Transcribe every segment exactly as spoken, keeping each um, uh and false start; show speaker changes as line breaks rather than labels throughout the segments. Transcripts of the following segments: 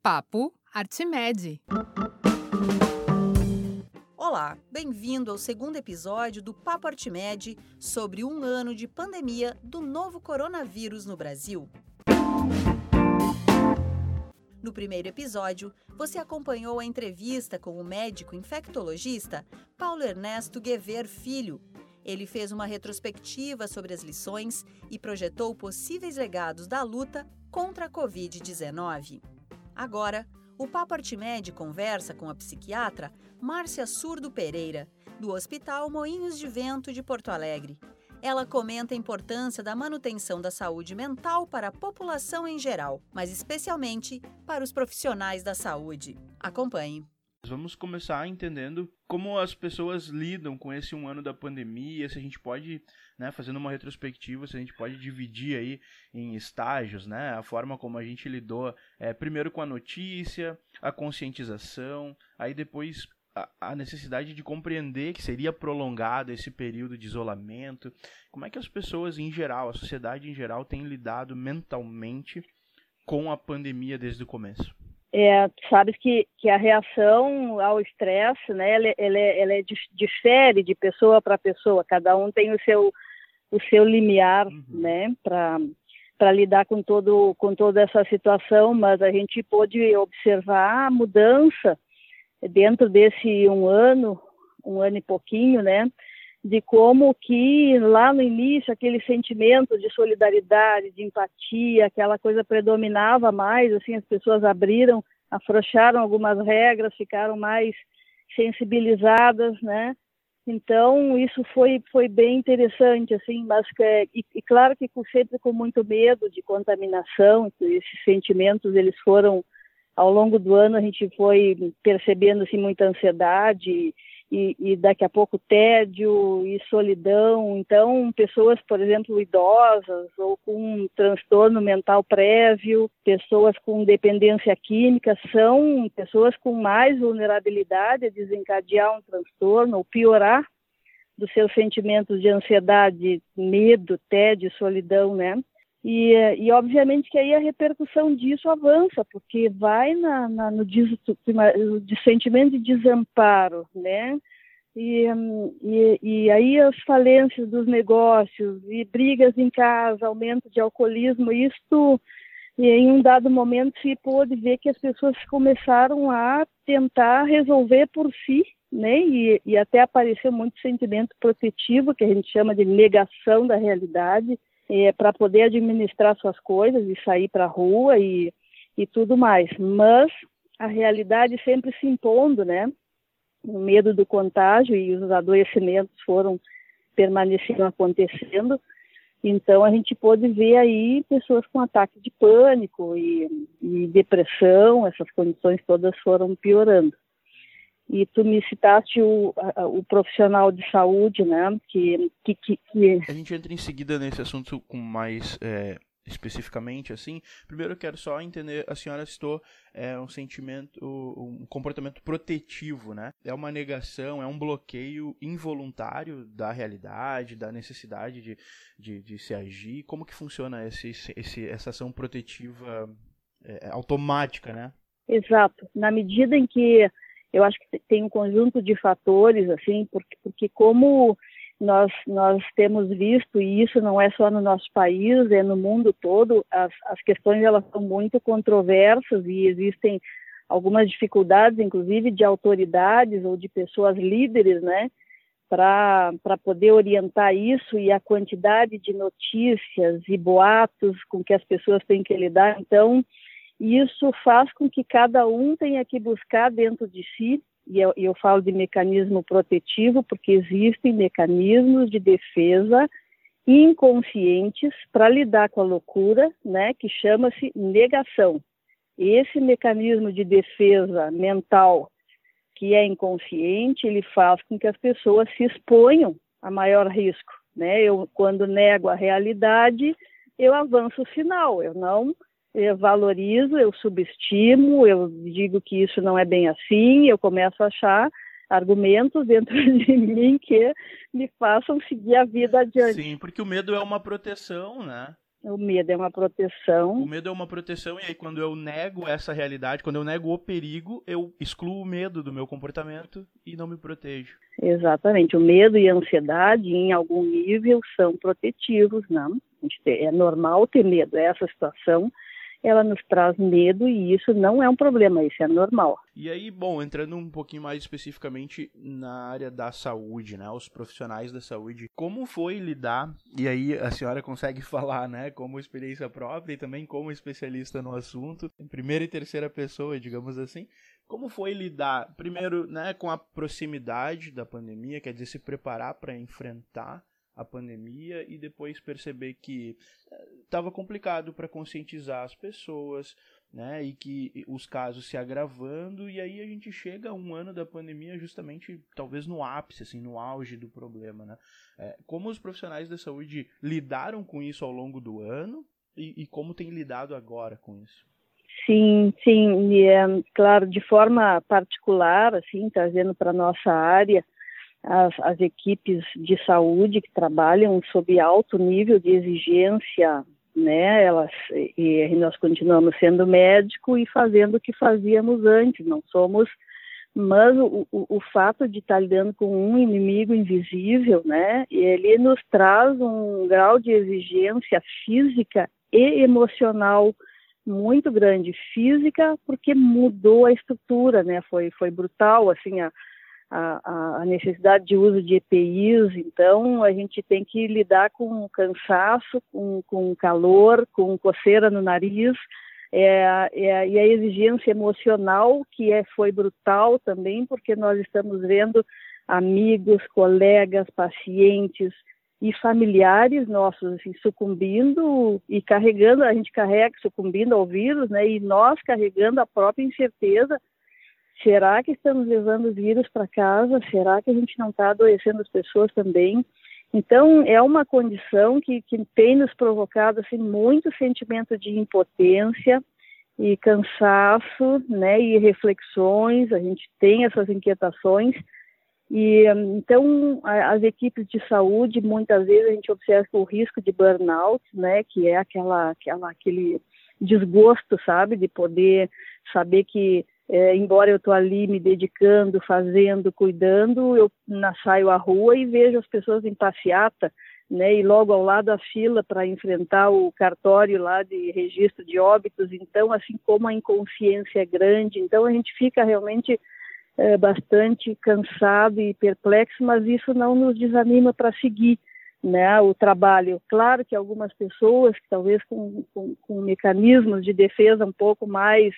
Papo Artimed.
Olá, bem-vindo ao segundo episódio do Papo Artimed sobre um ano de pandemia do novo coronavírus no Brasil. No primeiro episódio, você acompanhou a entrevista com o médico infectologista Paulo Ernesto Guever Filho. Ele fez uma retrospectiva sobre as lições e projetou possíveis legados da luta contra a covid dezenove. Agora, o Papo Artimed conversa com a psiquiatra Márcia Surdo Pereira, do Hospital Moinhos de Vento de Porto Alegre. Ela comenta a importância da manutenção da saúde mental para a população em geral, mas especialmente para os profissionais da saúde. Acompanhe.
Vamos começar entendendo como as pessoas lidam com esse um ano da pandemia, se a gente pode, né, fazendo uma retrospectiva, se a gente pode dividir aí em estágios, né, a forma como a gente lidou, é, primeiro com a notícia, a conscientização, aí depois a, a necessidade de compreender que seria prolongado esse período de isolamento. Como é que as pessoas em geral, a sociedade em geral, tem lidado mentalmente com a pandemia desde o começo?
É, tu sabes que, que a reação ao estresse, né, ela, ela, ela é, difere de pessoa para pessoa, cada um tem o seu, o seu limiar, uhum, né, para lidar com, todo, com toda essa situação, mas a gente pôde observar a mudança dentro desse um ano, um ano e pouquinho, né, de como que lá no início aquele sentimento de solidariedade, de empatia, aquela coisa predominava mais, assim, as pessoas abriram, afrouxaram algumas regras, ficaram mais sensibilizadas, né? Então isso foi, foi bem interessante, assim, mas é, e, e claro que com, sempre com muito medo de contaminação, esses sentimentos eles foram, ao longo do ano a gente foi percebendo assim, muita ansiedade, E, e daqui a pouco tédio e solidão. Então, pessoas, por exemplo, idosas ou com um transtorno mental prévio, pessoas com dependência química, são pessoas com mais vulnerabilidade a desencadear um transtorno ou piorar dos seus sentimentos de ansiedade, medo, tédio, solidão, né? E, e obviamente que aí a repercussão disso avança, porque vai na, na, no des, de sentimento de desamparo, né? E, e, e aí as falências dos negócios e brigas em casa, aumento de alcoolismo, isto, e em um dado momento se pôde ver que as pessoas começaram a tentar resolver por si, né? E, e até apareceu muito sentimento protetivo, que a gente chama de negação da realidade, É, para poder administrar suas coisas e sair para a rua e, e tudo mais. Mas a realidade sempre se impondo, né? O medo do contágio e os adoecimentos foram permanecendo acontecendo. Então, a gente pôde ver aí pessoas com ataque de pânico e, e depressão, essas condições todas foram piorando. E tu me citaste o, a, o profissional de saúde, né? Que, que, que, que...
A gente entra em seguida nesse assunto com mais é, especificamente, assim. Primeiro eu quero só entender, a senhora citou é, um sentimento, um comportamento protetivo, né? É uma negação, é um bloqueio involuntário da realidade, da necessidade de, de, de se agir. Como que funciona esse, esse, essa ação protetiva é, automática, né?
Exato. Na medida em que eu acho que tem um conjunto de fatores, assim, porque, porque como nós, nós temos visto, e isso não é só no nosso país, é no mundo todo, as, as questões elas são muito controversas e existem algumas dificuldades, inclusive de autoridades ou de pessoas líderes, né, para para poder orientar isso e a quantidade de notícias e boatos com que as pessoas têm que lidar. Então, isso faz com que cada um tenha que buscar dentro de si, e eu, eu falo de mecanismo protetivo, porque existem mecanismos de defesa inconscientes para lidar com a loucura, né, que chama-se negação. Esse mecanismo de defesa mental, que é inconsciente, ele faz com que as pessoas se exponham a maior risco, né? Eu, quando nego a realidade, eu avanço o sinal, eu não... eu valorizo, eu subestimo, eu digo que isso não é bem assim, eu começo a achar argumentos dentro de mim que me façam seguir a vida adiante.
Sim, porque o medo é uma proteção, né?
O medo é uma proteção.
O medo é uma proteção, e aí quando eu nego essa realidade, quando eu nego o perigo, eu excluo o medo do meu comportamento e não me protejo.
Exatamente. O medo e a ansiedade, em algum nível, são protetivos, não? A gente tem, é normal ter medo. Essa situação, ela nos traz medo e isso não é um problema, isso é normal.
E aí, bom, entrando um pouquinho mais especificamente na área da saúde, né, os profissionais da saúde, como foi lidar, e aí a senhora consegue falar, né, como experiência própria e também como especialista no assunto, em primeira e terceira pessoa, digamos assim, como foi lidar, primeiro, né, com a proximidade da pandemia, quer dizer, se preparar para enfrentar a pandemia e depois perceber que estava complicado para conscientizar as pessoas, né, e que os casos se agravando, e aí a gente chega a um ano da pandemia justamente, talvez no ápice, assim, no auge do problema, né? É, como os profissionais da saúde lidaram com isso ao longo do ano e, e como tem lidado agora com isso?
Sim, sim, e é, claro, de forma particular, assim, trazendo para a nossa área, As, as equipes de saúde que trabalham sob alto nível de exigência, né, elas, e, e nós continuamos sendo médico e fazendo o que fazíamos antes, não somos, mas o, o, o fato de estar lidando com um inimigo invisível, né, ele nos traz um grau de exigência física e emocional muito grande. Física porque mudou a estrutura, né, foi, foi brutal, assim, a A, a necessidade de uso de E P Is, então a gente tem que lidar com cansaço, com, com calor, com coceira no nariz, é, é, e a exigência emocional que é, foi brutal também, porque nós estamos vendo amigos, colegas, pacientes e familiares nossos assim, sucumbindo e carregando, a gente carrega, sucumbindo ao vírus, né, e nós carregando a própria incerteza. Será que estamos levando o vírus para casa? Será que a gente não está adoecendo as pessoas também? Então, é uma condição que, que tem nos provocado assim, muito sentimento de impotência e cansaço, né, e reflexões. A gente tem essas inquietações. E, então, as equipes de saúde, muitas vezes a gente observa o risco de burnout, né, que é aquela, aquela, aquele desgosto, sabe, de poder saber que É, embora eu estou ali me dedicando, fazendo, cuidando, eu na, saio à rua e vejo as pessoas em passeata, né, e logo ao lado a fila para enfrentar o cartório lá de registro de óbitos. Então, assim como a inconsciência é grande, então a gente fica realmente é, bastante cansado e perplexo, mas isso não nos desanima para seguir, né, o trabalho. Claro que algumas pessoas, que talvez com, com, com mecanismos de defesa um pouco mais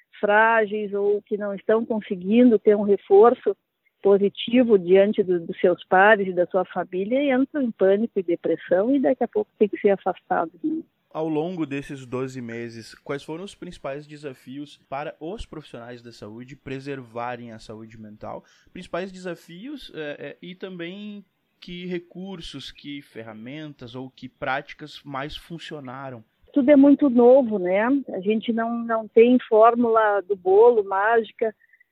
frágeis ou que não estão conseguindo ter um reforço positivo diante do, dos seus pares e da sua família, e entram em pânico e depressão e daqui a pouco tem que ser afastados. Né?
Ao longo desses doze meses, quais foram os principais desafios para os profissionais da saúde preservarem a saúde mental? Principais desafios é, é, e também que recursos, que ferramentas ou que práticas mais funcionaram?
Tudo é muito novo, né? A gente não, não tem fórmula do bolo mágica,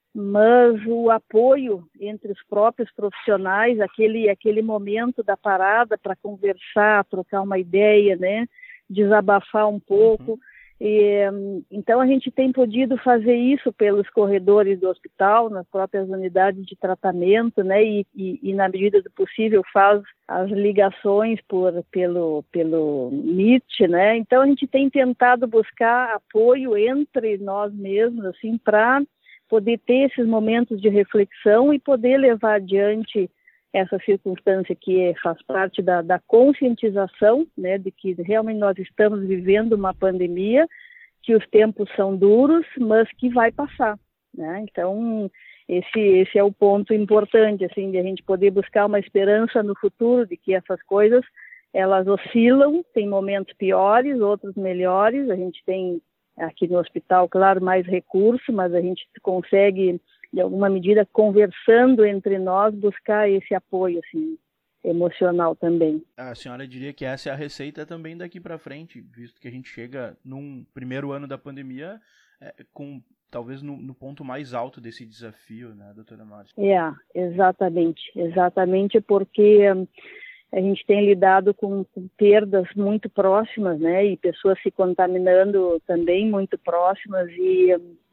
mas o apoio entre os próprios profissionais, aquele, aquele momento da parada para conversar, trocar uma ideia, né? Desabafar um pouco. Uhum. E, então a gente tem podido fazer isso pelos corredores do hospital, nas próprias unidades de tratamento, né, e, e, e na medida do possível faz as ligações por, pelo, pelo Meet, né, então a gente tem tentado buscar apoio entre nós mesmos, assim, para poder ter esses momentos de reflexão e poder levar adiante essa circunstância que faz parte da, da conscientização, né, de que realmente nós estamos vivendo uma pandemia, que os tempos são duros, mas que vai passar, né? Então, esse, esse é o ponto importante, assim, de a gente poder buscar uma esperança no futuro, de que essas coisas, elas oscilam, tem momentos piores, outros melhores, a gente tem aqui no hospital, claro, mais recurso, mas a gente consegue, de alguma medida, conversando entre nós, buscar esse apoio, assim, emocional também.
A senhora diria que essa é a receita também daqui para frente, visto que a gente chega num primeiro ano da pandemia é, com talvez no, no ponto mais alto desse desafio, né, doutora Márcia?
É, exatamente, exatamente, porque a gente tem lidado com, com perdas muito próximas, né, e pessoas se contaminando também muito próximas, e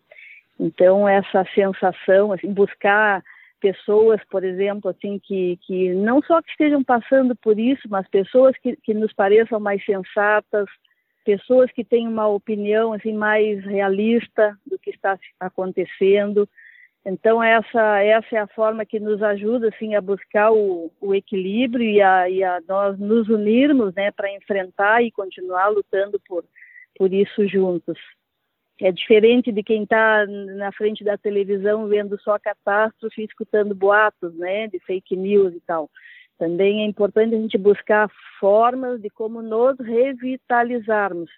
então essa sensação, assim, buscar pessoas, por exemplo, assim, que, que não só que estejam passando por isso, mas pessoas que, que nos pareçam mais sensatas, pessoas que têm uma opinião assim, mais realista do que está acontecendo. Então, essa, essa é a forma que nos ajuda assim, a buscar o, o equilíbrio e a, e a nós nos unirmos, né, para enfrentar e continuar lutando por, por isso juntos. É diferente de quem está na frente da televisão vendo só catástrofe e escutando boatos, né, de fake news e tal. Também é importante a gente buscar formas de como nos revitalizarmos.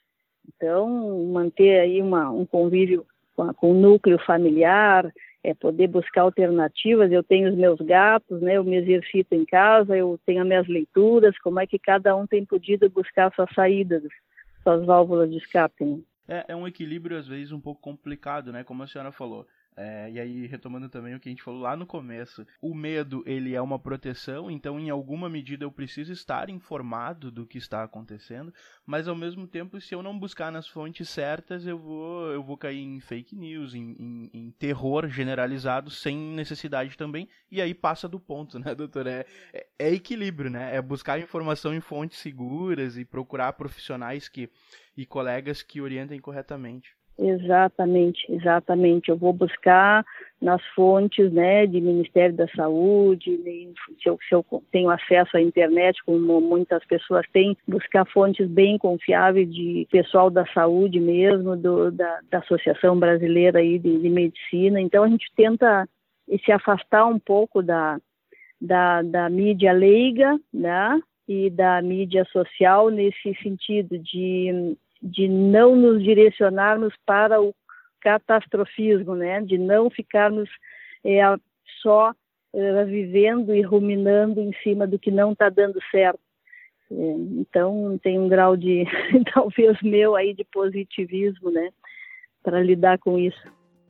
Então, manter aí uma, um convívio com, a, com o núcleo familiar, é poder buscar alternativas. Eu tenho os meus gatos, né, eu me exercito em casa, eu tenho as minhas leituras, como é que cada um tem podido buscar suas saídas, suas válvulas de escape, né?
É, é um equilíbrio, às vezes, um pouco complicado, né? Como a senhora falou. É, e aí, retomando também o que a gente falou lá no começo, o medo, ele é uma proteção, então, em alguma medida, eu preciso estar informado do que está acontecendo, mas, ao mesmo tempo, se eu não buscar nas fontes certas, eu vou, eu vou cair em fake news, em, em, em terror generalizado, sem necessidade também, e aí passa do ponto, né, doutor? É, é, é equilíbrio, né? É buscar informação em fontes seguras e procurar profissionais que, e colegas que orientem corretamente.
Exatamente, exatamente. Eu vou buscar nas fontes, né, de Ministério da Saúde, se eu, se eu tenho acesso à internet, como muitas pessoas têm, buscar fontes bem confiáveis de pessoal da saúde mesmo, do, da, da Associação Brasileira aí de, de Medicina. Então, a gente tenta se afastar um pouco da, da, da mídia leiga, né, e da mídia social nesse sentido de... de não nos direcionarmos para o catastrofismo, né? De não ficarmos é, só é, vivendo e ruminando em cima do que não está dando certo. É, então, tem um grau de, talvez meu aí, de positivismo, né? Para lidar com isso.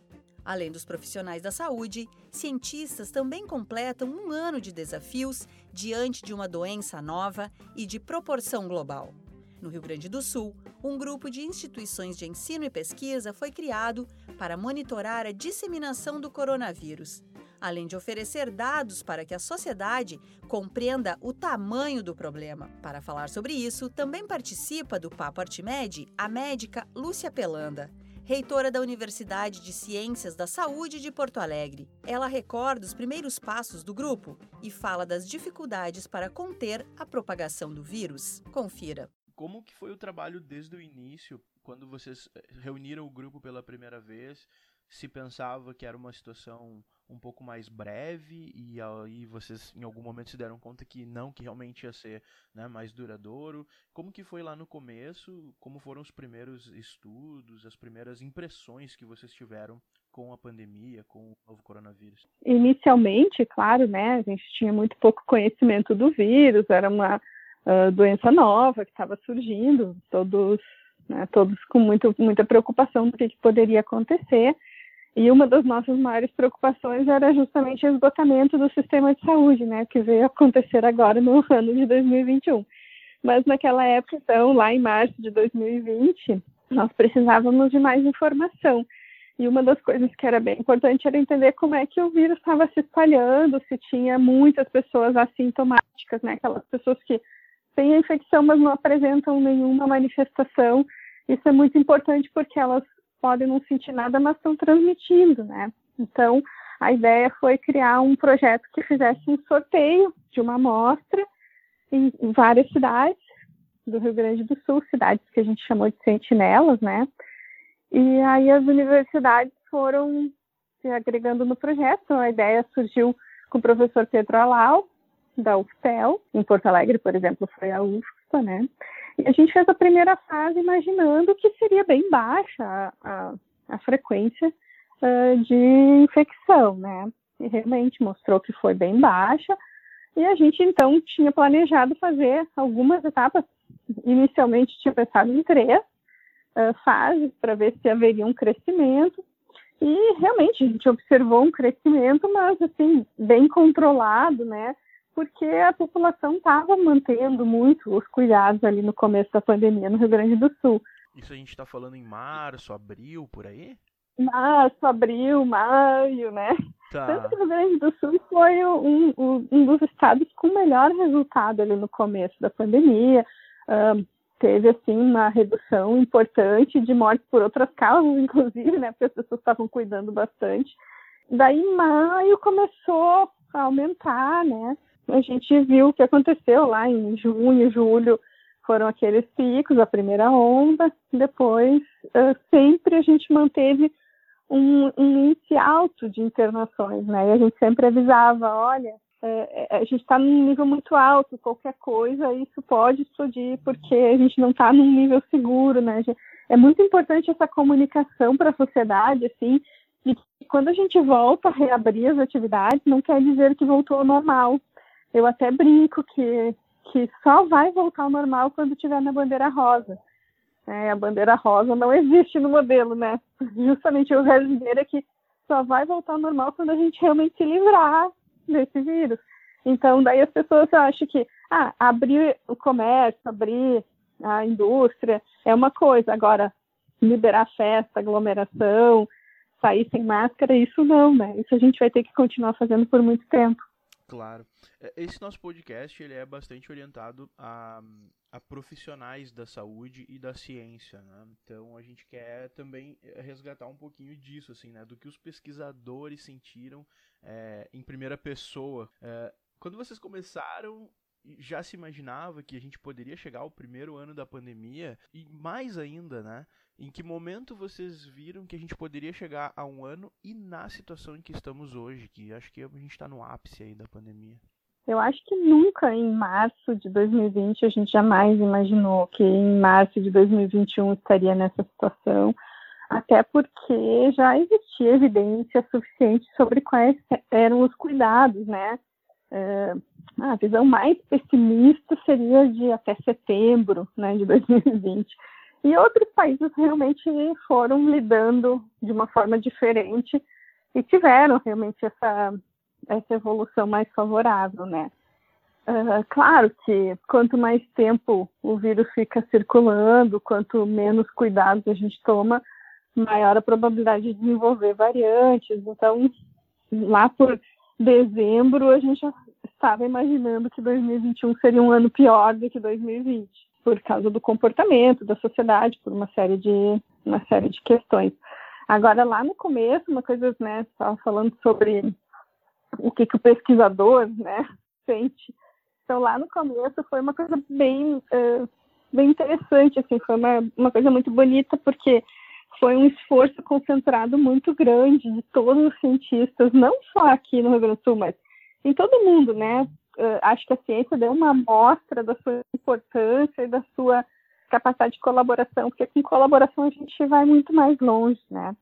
Além dos profissionais da saúde, cientistas também completam um ano de desafios diante de uma doença nova e de proporção global. No Rio Grande do Sul, um grupo de instituições de ensino e pesquisa foi criado para monitorar a disseminação do coronavírus, além de oferecer dados para que a sociedade compreenda o tamanho do problema. Para falar sobre isso, também participa do Papo Artimed a médica Lúcia Pelanda, reitora da Universidade de Ciências da Saúde de Porto Alegre. Ela recorda os primeiros passos do grupo e fala das dificuldades para conter a propagação do vírus. Confira.
Como que foi o trabalho desde o início, quando vocês reuniram o grupo pela primeira vez? Se pensava que era uma situação um pouco mais breve e aí vocês em algum momento se deram conta que não, que realmente ia ser, né, mais duradouro? Como que foi lá no começo? Como foram os primeiros estudos, as primeiras impressões que vocês tiveram com a pandemia, com o novo coronavírus?
Inicialmente, claro, né, a gente tinha muito pouco conhecimento do vírus, era uma Uh, doença nova que estava surgindo, todos, né, todos com muito, muita preocupação do que, que poderia acontecer, e uma das nossas maiores preocupações era justamente o esgotamento do sistema de saúde, né, que veio acontecer agora no ano de dois mil e vinte e um. Mas naquela época, então, lá em março de dois mil e vinte, nós precisávamos de mais informação, e uma das coisas que era bem importante era entender como é que o vírus estava se espalhando, se tinha muitas pessoas assintomáticas, né, aquelas pessoas que têm a infecção, mas não apresentam nenhuma manifestação. Isso é muito importante porque elas podem não sentir nada, mas estão transmitindo, né? Então, a ideia foi criar um projeto que fizesse um sorteio de uma amostra em, em várias cidades do Rio Grande do Sul, cidades que a gente chamou de sentinelas, né? E aí as universidades foram se agregando no projeto. A ideia surgiu com o professor Pedro Alau, da U F P E L, em Porto Alegre, por exemplo, foi a U F S P A, né? E a gente fez a primeira fase imaginando que seria bem baixa a, a, a frequência uh, de infecção, né? E realmente mostrou que foi bem baixa. E a gente, então, tinha planejado fazer algumas etapas. Inicialmente, tinha pensado em três uh, fases para ver se haveria um crescimento. E realmente a gente observou um crescimento, mas assim, bem controlado, né? porque a população estava mantendo muito os cuidados ali no começo da pandemia no Rio Grande do Sul.
Isso a gente está falando em março, abril, por aí?
Março, abril, maio, né?
Tá.
Tanto que o Rio Grande do Sul foi um, um, um dos estados com o melhor resultado ali no começo da pandemia. Um, teve, assim, uma redução importante de mortes por outras causas, inclusive, né? Porque as pessoas estavam cuidando bastante. Daí, em maio, começou a aumentar, né? A gente viu o que aconteceu lá em junho, julho, foram aqueles picos, a primeira onda. Depois, uh, sempre a gente manteve um, um índice alto de internações, né? E a gente sempre avisava, olha, uh, a gente está num nível muito alto, qualquer coisa, isso pode explodir, porque a gente não está num nível seguro, né? É muito importante essa comunicação para a sociedade, assim, e quando a gente volta a reabrir as atividades, não quer dizer que voltou ao normal. Eu até brinco que, que só vai voltar ao normal quando tiver na bandeira rosa. É, a bandeira rosa não existe no modelo, né? Justamente o brasileiro é que só vai voltar ao normal quando a gente realmente se livrar desse vírus. Então, daí as pessoas acham que ah, abrir o comércio, abrir a indústria é uma coisa. Agora, liberar festa, aglomeração, sair sem máscara, isso não, né? Isso a gente vai ter que continuar fazendo por muito tempo.
Claro. Esse nosso podcast ele é bastante orientado a, a profissionais da saúde e da ciência, né? Então a gente quer também resgatar um pouquinho disso, assim, né? Do que os pesquisadores sentiram é, em primeira pessoa. É, quando vocês começaram, já se imaginava que a gente poderia chegar ao primeiro ano da pandemia? E mais ainda, né? Em que momento vocês viram que a gente poderia chegar a um ano e na situação em que estamos hoje, que acho que a gente está no ápice aí da pandemia?
Eu acho que nunca em março de dois mil e vinte a gente jamais imaginou que em março de dois mil e vinte e um estaria nessa situação, até porque já existia evidência suficiente sobre quais eram os cuidados, né? É, a visão mais pessimista seria de até setembro, né, de dois mil e vinte. E outros países realmente foram lidando de uma forma diferente e tiveram realmente essa, essa evolução mais favorável, né? Uh, claro que quanto mais tempo o vírus fica circulando, quanto menos cuidados a gente toma, maior a probabilidade de desenvolver variantes. Então, lá por dezembro, a gente já estava imaginando que dois mil e vinte e um seria um ano pior do que dois mil e vinte. Por causa do comportamento da sociedade, por uma série de, uma série de questões. Agora, lá no começo, uma coisa, né, estava falando sobre o que, que o pesquisador, né, sente. Então, lá no começo foi uma coisa bem, uh, bem interessante, assim, foi uma, uma coisa muito bonita, porque foi um esforço concentrado muito grande de todos os cientistas, não só aqui no Rio Grande do Sul, mas em todo o mundo, né? Uh, acho que a ciência deu uma amostra da sua importância e da sua capacidade de colaboração, porque com colaboração a gente vai muito mais longe, né?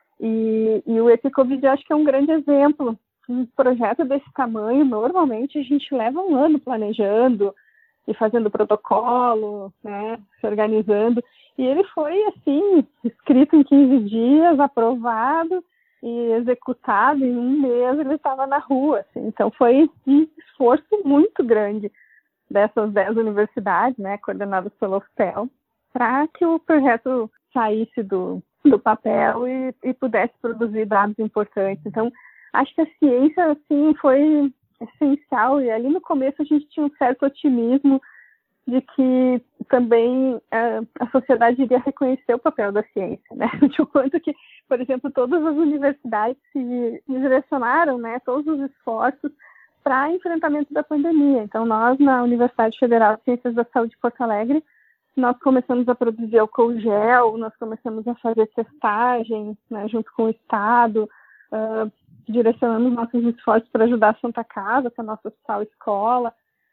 E, e o EpiCovid acho que é um grande exemplo. Um projeto desse tamanho, normalmente a gente leva um ano planejando e fazendo protocolo, né, se organizando. E ele foi, assim, escrito em quinze dias, aprovado e executado em um mês, ele estava na rua. Assim. Então foi um esforço muito grande dessas dez universidades, né, coordenadas pela U F P E L, para que o projeto saísse do, do papel e, e pudesse produzir dados importantes. Então, acho que a ciência, assim, foi essencial. E ali no começo a gente tinha um certo otimismo de que também a, a sociedade iria reconhecer o papel da ciência, né? De quanto que, por exemplo, todas as universidades se direcionaram, né, todos os esforços para enfrentamento da pandemia. Então, nós, na Universidade Federal de Ciências da Saúde de Porto Alegre, nós começamos a produzir álcool gel, nós começamos a fazer testagem, né, junto com o Estado, uh, direcionamos nossos esforços para ajudar a Santa Casa, que é a nossa hospital escola.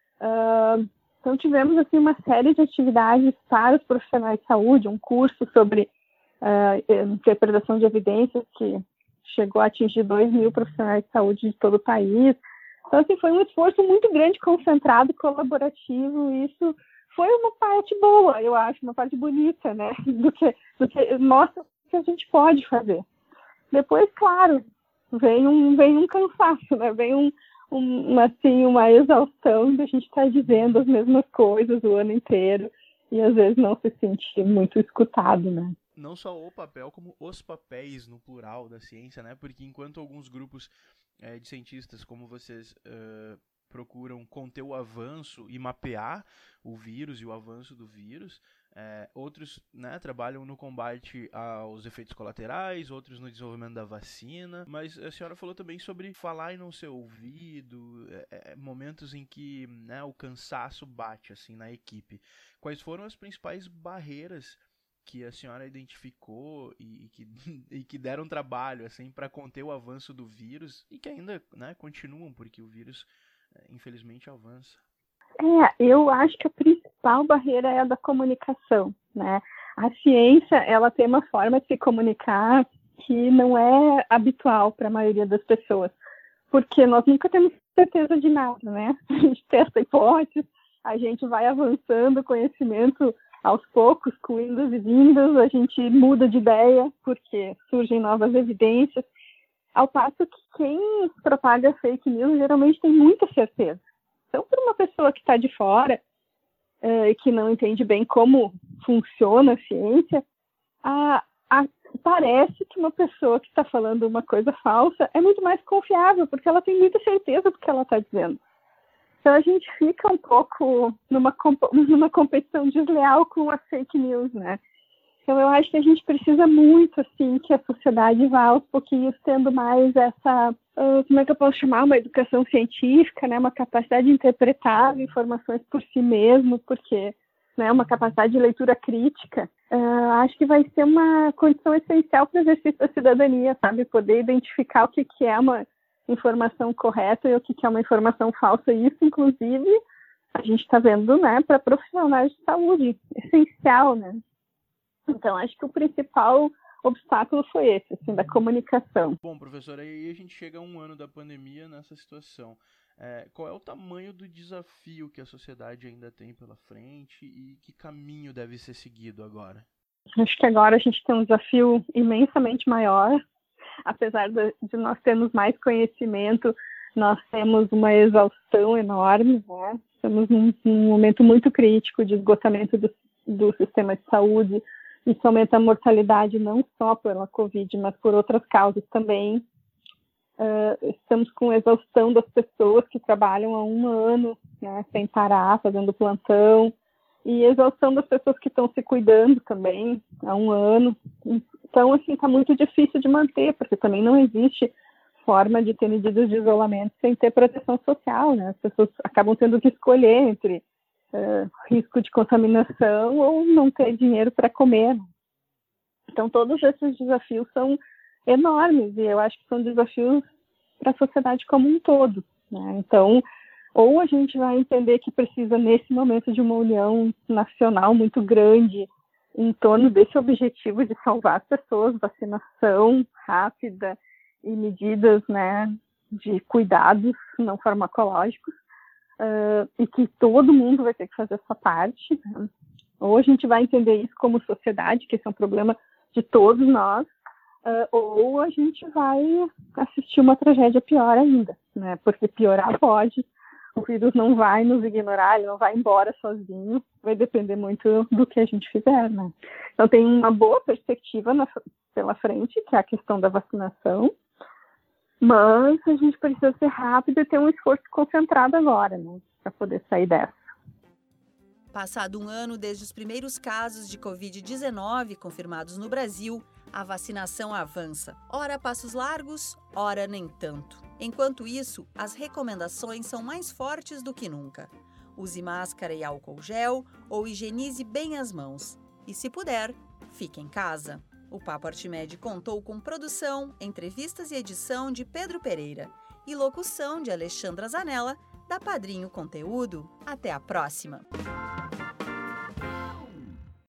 Uh, então, tivemos assim, uma série de atividades para os profissionais de saúde, um curso sobre uh, interpretação de evidências que chegou a atingir dois mil profissionais de saúde de todo o país. Então, assim, foi um esforço muito grande, concentrado, colaborativo, e isso foi uma parte boa, eu acho, uma parte bonita, né, do que, do que mostra o que a gente pode fazer. Depois, claro, vem um, vem um cansaço, né, vem um, uma, assim, uma exaustão de a gente estar dizendo as mesmas coisas o ano inteiro e às vezes não se sentir muito escutado, né?
Não só o papel, como os papéis no plural da ciência, né? Porque enquanto alguns grupos é, de cientistas, como vocês, uh, procuram conter o avanço e mapear o vírus e o avanço do vírus, é, outros, né, trabalham no combate aos efeitos colaterais, outros no desenvolvimento da vacina, mas a senhora falou também sobre falar e não ser ouvido, é, é, momentos em que, né, o cansaço bate assim na equipe. Quais foram as principais barreiras que a senhora identificou e, e, que, e que deram trabalho assim para conter o avanço do vírus e que ainda, né, continuam, porque o vírus infelizmente avança?
É, eu acho que a principal barreira é a da comunicação, né? A ciência, ela tem uma forma de se comunicar que não é habitual para a maioria das pessoas, porque nós nunca temos certeza de nada, né? A gente testa hipóteses, a gente vai avançando o conhecimento aos poucos, com indas e vindas, a gente muda de ideia porque surgem novas evidências, ao passo que quem propaga fake news geralmente tem muita certeza. Então, para uma pessoa que está de fora uh, e que não entende bem como funciona a ciência, a, a, parece que uma pessoa que está falando uma coisa falsa é muito mais confiável, porque ela tem muita certeza do que ela está dizendo. Então, a gente fica um pouco numa, numa competição desleal com as fake news, né? Então, eu acho que a gente precisa muito, assim, que a sociedade vá aos pouquinhos tendo mais essa, uh, como é que eu posso chamar, uma educação científica, né, uma capacidade de interpretar as informações por si mesmo, porque, né, uma capacidade de leitura crítica, uh, acho que vai ser uma condição essencial para o exercício da cidadania, sabe, poder identificar o que, que é uma informação correta e o que, que é uma informação falsa, e isso, inclusive, a gente está vendo, né, para profissionais de saúde, essencial, né. Então, acho que o principal obstáculo foi esse, assim, da comunicação.
Bom, professora, aí a gente chega a um ano da pandemia nessa situação. É, qual é o tamanho do desafio que a sociedade ainda tem pela frente e que caminho deve ser seguido agora?
Acho que agora a gente tem um desafio imensamente maior. Apesar de, de nós termos mais conhecimento, nós temos uma exaustão enorme, né? Estamos num, num momento muito crítico de esgotamento do, do sistema de saúde. Isso aumenta a mortalidade não só pela Covid, mas por outras causas também. Uh, estamos com exaustão das pessoas que trabalham há um ano, né, sem parar, fazendo plantão, e exaustão das pessoas que estão se cuidando também há um ano. Então, assim, está muito difícil de manter, porque também não existe forma de ter medidas de isolamento sem ter proteção social, né? As pessoas acabam tendo que escolher entre Uh, risco de contaminação ou não ter dinheiro para comer. Então, todos esses desafios são enormes e eu acho que são desafios para a sociedade como um todo, né? Então, ou a gente vai entender que precisa, nesse momento, de uma união nacional muito grande em torno desse objetivo de salvar as pessoas, vacinação rápida e medidas, né, de cuidados não farmacológicos, Uh, e que todo mundo vai ter que fazer essa parte, né? Ou a gente vai entender isso como sociedade, que esse é um problema de todos nós, uh, ou a gente vai assistir uma tragédia pior ainda, né? Porque piorar pode, o vírus não vai nos ignorar, ele não vai embora sozinho, vai depender muito do que a gente fizer, né? Então tem uma boa perspectiva na, pela frente, que é a questão da vacinação, mas a gente precisa ser rápido e ter um esforço concentrado agora, né, para poder sair dessa.
Passado um ano desde os primeiros casos de covid dezenove confirmados no Brasil, a vacinação avança. Ora passos largos, ora nem tanto. Enquanto isso, as recomendações são mais fortes do que nunca. Use máscara e álcool gel ou higienize bem as mãos. E se puder, fique em casa. O Papo Artimed contou com produção, entrevistas e edição de Pedro Pereira e locução de Alexandra Zanella, da Padrinho Conteúdo. Até a próxima!